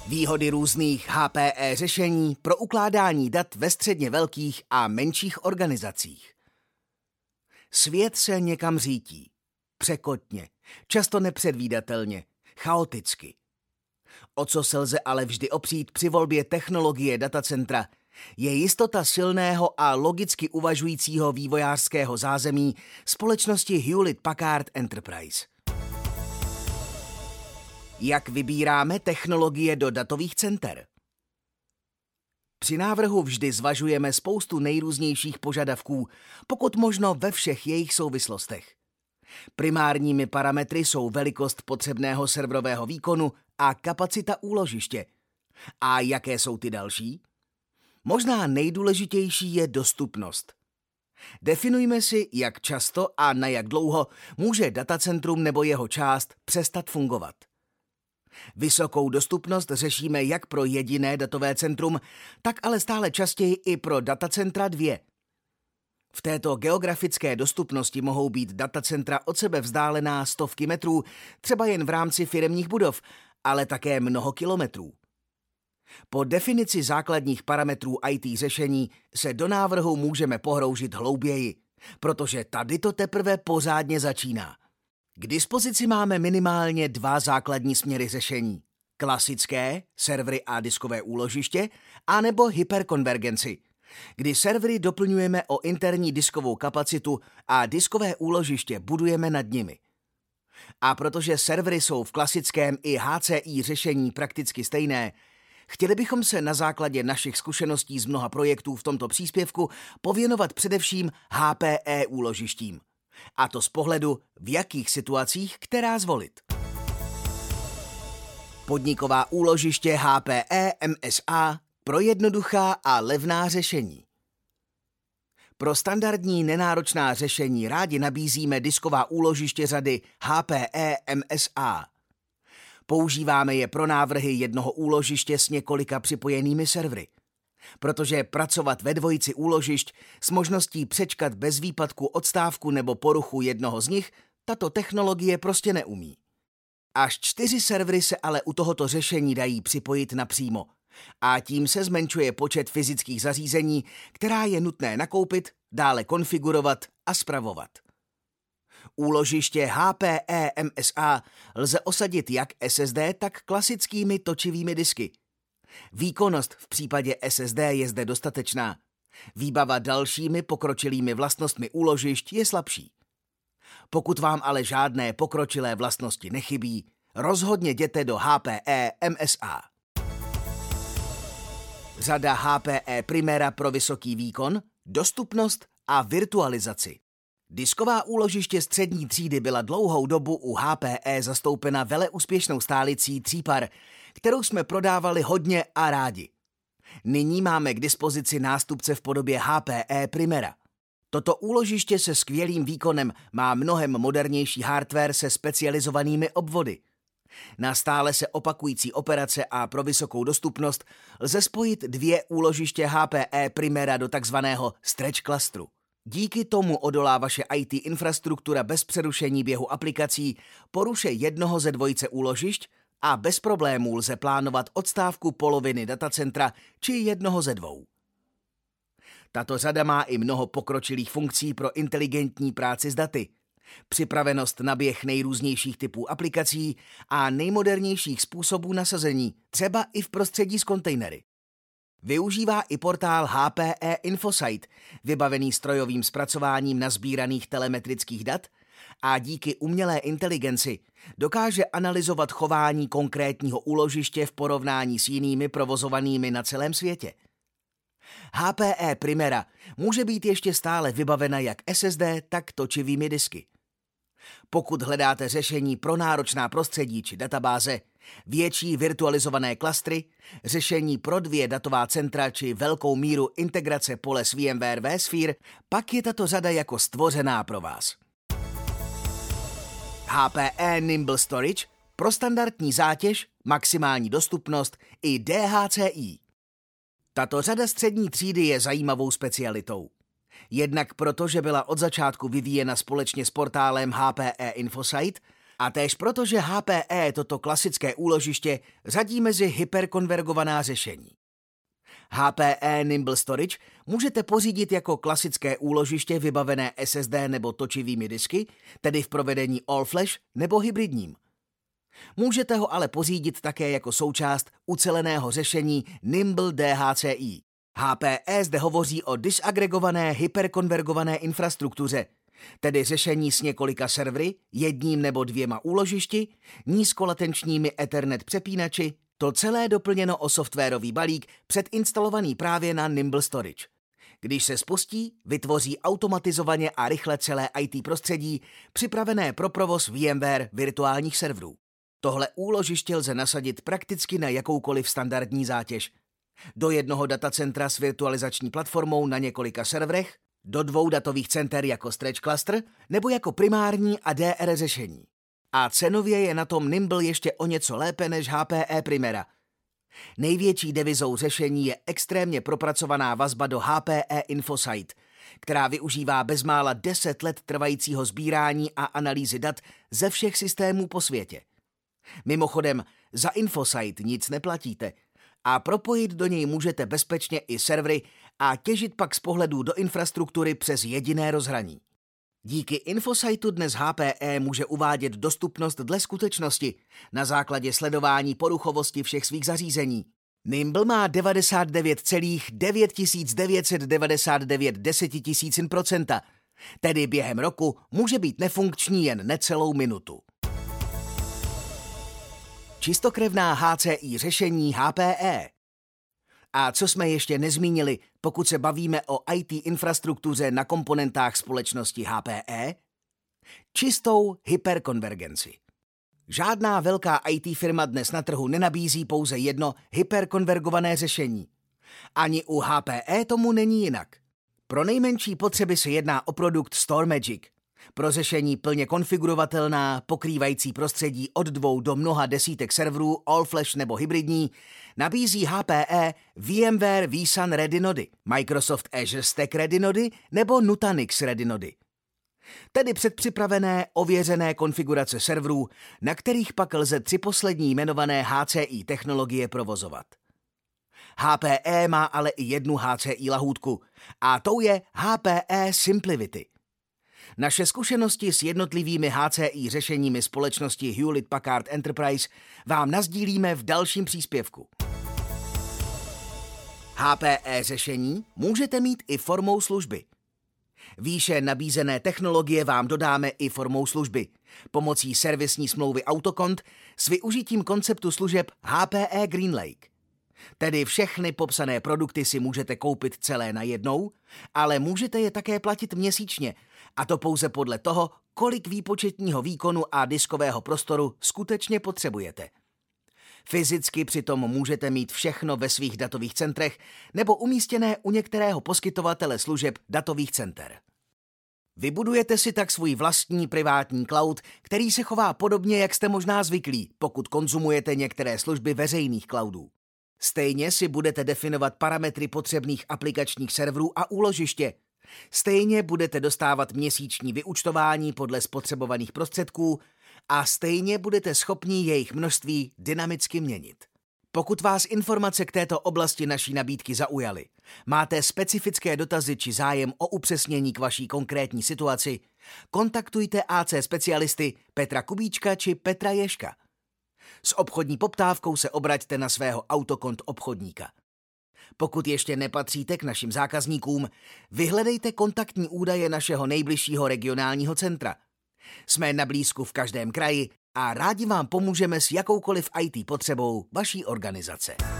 Výhody různých HPE řešení pro ukládání dat ve středně velkých a menších organizacích. Svět se někam řítí. Překotně, často nepředvídatelně, chaoticky. O co se lze ale vždy opřít při volbě technologie datacentra, je jistota silného a logicky uvažujícího vývojářského zázemí společnosti Hewlett-Packard Enterprise. Jak vybíráme technologie do datových center? Při návrhu vždy zvažujeme spoustu nejrůznějších požadavků, pokud možno ve všech jejich souvislostech. Primárními parametry jsou velikost potřebného serverového výkonu a kapacita úložiště. A jaké jsou ty další? Možná nejdůležitější je dostupnost. Definujme si, jak často a na jak dlouho může datacentrum nebo jeho část přestat fungovat. Vysokou dostupnost řešíme jak pro jediné datové centrum, tak ale stále častěji i pro datacentra 2. V této geografické dostupnosti mohou být datacentra od sebe vzdálená stovky metrů, třeba jen v rámci firemních budov, ale také mnoho kilometrů. Po definici základních parametrů IT řešení se do návrhu můžeme pohroužit hlouběji, protože tady to teprve pořádně začíná. K dispozici máme minimálně 2 základní směry řešení. Klasické, servery a diskové úložiště, anebo hyperkonvergenci, kdy servery doplňujeme o interní diskovou kapacitu a diskové úložiště budujeme nad nimi. A protože servery jsou v klasickém i HCI řešení prakticky stejné, chtěli bychom se na základě našich zkušeností z mnoha projektů v tomto příspěvku pověnovat především HPE úložištím. A to z pohledu, v jakých situacích která zvolit. Podniková úložiště HPE MSA pro jednoduchá a levná řešení. Pro standardní nenáročná řešení rádi nabízíme disková úložiště řady HPE MSA. Používáme je pro návrhy jednoho úložiště s několika připojenými servery. Protože pracovat ve dvojici úložišť s možností přečkat bez výpadku odstávku nebo poruchu jednoho z nich, tato technologie prostě neumí. Až 4 servery se ale u tohoto řešení dají připojit napřímo a tím se zmenšuje počet fyzických zařízení, která je nutné nakoupit, dále konfigurovat a spravovat. Úložiště HPE MSA lze osadit jak SSD, tak klasickými točivými disky. Výkonnost v případě SSD je zde dostatečná. Výbava dalšími pokročilými vlastnostmi úložišť je slabší. Pokud vám ale žádné pokročilé vlastnosti nechybí, rozhodně jděte do HPE MSA. Řada HPE Primera pro vysoký výkon, dostupnost a virtualizaci. Disková úložiště střední třídy byla dlouhou dobu u HPE zastoupena veleúspěšnou stálicí 3PAR, kterou jsme prodávali hodně a rádi. Nyní máme k dispozici nástupce v podobě HPE Primera. Toto úložiště se skvělým výkonem má mnohem modernější hardware se specializovanými obvody. Na stále se opakující operace a pro vysokou dostupnost lze spojit 2 úložiště HPE Primera do takzvaného stretch clusteru. Díky tomu odolá vaše IT infrastruktura bez přerušení běhu aplikací, poruše jednoho ze dvojice úložišť a bez problémů lze plánovat odstávku poloviny datacentra či jednoho ze 2. Tato řada má i mnoho pokročilých funkcí pro inteligentní práci s daty, připravenost na běh nejrůznějších typů aplikací a nejmodernějších způsobů nasazení, třeba i v prostředí s kontejnery. Využívá i portál HPE Infosite, vybavený strojovým zpracováním nasbíraných telemetrických dat a díky umělé inteligenci dokáže analyzovat chování konkrétního úložiště v porovnání s jinými provozovanými na celém světě. HPE Primera může být ještě stále vybavena jak SSD, tak točivými disky. Pokud hledáte řešení pro náročná prostředí či databáze, větší virtualizované klastry, řešení pro 2 datová centra či velkou míru integrace pole s VMware vSphere, pak je tato řada jako stvořená pro vás. HPE Nimble Storage pro standardní zátěž, maximální dostupnost i DHCI. Tato řada střední třídy je zajímavou specialitou. Jednak proto, že byla od začátku vyvíjena společně s portálem HPE Infosite, A též proto, že HPE toto klasické úložiště řadí mezi hyperkonvergovaná řešení. HPE Nimble Storage můžete pořídit jako klasické úložiště vybavené SSD nebo točivými disky, tedy v provedení All Flash nebo hybridním. Můžete ho ale pořídit také jako součást uceleného řešení Nimble DHCI. HPE zde hovoří o disagregované hyperkonvergované infrastruktuře, tedy řešení s několika servery, jedním nebo dvěma úložišti, nízkolatenčními Ethernet přepínači, to celé doplněno o softwarový balík předinstalovaný právě na Nimble Storage. Když se spustí, vytvoří automatizovaně a rychle celé IT prostředí připravené pro provoz VMware virtuálních serverů. Tohle úložiště lze nasadit prakticky na jakoukoliv standardní zátěž. Do jednoho datacentra s virtualizační platformou na několika serverech, do 2 datových center jako Stretch Cluster nebo jako primární a DR řešení. A cenově je na tom Nimble ještě o něco lépe než HPE Primera. Největší devizou řešení je extrémně propracovaná vazba do HPE InfoSight, která využívá bezmála 10 let trvajícího sbírání a analýzy dat ze všech systémů po světě. Mimochodem, za InfoSight nic neplatíte a propojit do něj můžete bezpečně i servery a těžit pak z pohledu do infrastruktury přes jediné rozhraní. Díky InfoSightu dnes HPE může uvádět dostupnost dle skutečnosti na základě sledování poruchovosti všech svých zařízení. Nimble má 99,9999 desetisícin%, tedy během roku může být nefunkční jen necelou minutu. Čistokrevná HCI řešení HPE. A co jsme ještě nezmínili, pokud se bavíme o IT infrastruktuře na komponentách společnosti HPE? Čistou hyperkonvergenci. Žádná velká IT firma dnes na trhu nenabízí pouze jedno hyperkonvergované řešení. Ani u HPE tomu není jinak. Pro nejmenší potřeby se jedná o produkt StoreMagic. Pro řešení plně konfigurovatelná, pokrývající prostředí od 2 do mnoha desítek serverů, all flash nebo hybridní, nabízí HPE VMware vSAN Ready nody, Microsoft Azure Stack Ready nody nebo Nutanix Ready nody. Tedy předpřipravené, ověřené konfigurace serverů, na kterých pak lze 3 poslední jmenované HCI technologie provozovat. HPE má ale i jednu HCI lahůdku a tou je HPE SimpliVity. Naše zkušenosti s jednotlivými HCI řešeními společnosti Hewlett Packard Enterprise vám nasdílíme v dalším příspěvku. HPE řešení můžete mít i formou služby. Výše nabízené technologie vám dodáme i formou služby, pomocí servisní smlouvy Autocont s využitím konceptu služeb HPE GreenLake. Tedy všechny popsané produkty si můžete koupit celé najednou, ale můžete je také platit měsíčně, a to pouze podle toho, kolik výpočetního výkonu a diskového prostoru skutečně potřebujete. Fyzicky přitom můžete mít všechno ve svých datových centrech nebo umístěné u některého poskytovatele služeb datových center. Vybudujete si tak svůj vlastní privátní cloud, který se chová podobně, jak jste možná zvyklí, pokud konzumujete některé služby veřejných cloudů. Stejně si budete definovat parametry potřebných aplikačních serverů a úložiště. Stejně budete dostávat měsíční vyúčtování podle spotřebovaných prostředků a stejně budete schopni jejich množství dynamicky měnit. Pokud vás informace k této oblasti naší nabídky zaujaly, máte specifické dotazy či zájem o upřesnění k vaší konkrétní situaci, kontaktujte AC specialisty Petra Kubíčka či Petra Ježka. S obchodní poptávkou se obraťte na svého Autocont obchodníka. Pokud ještě nepatříte k našim zákazníkům, vyhledejte kontaktní údaje našeho nejbližšího regionálního centra. Jsme na blízku v každém kraji a rádi vám pomůžeme s jakoukoliv IT potřebou vaší organizace.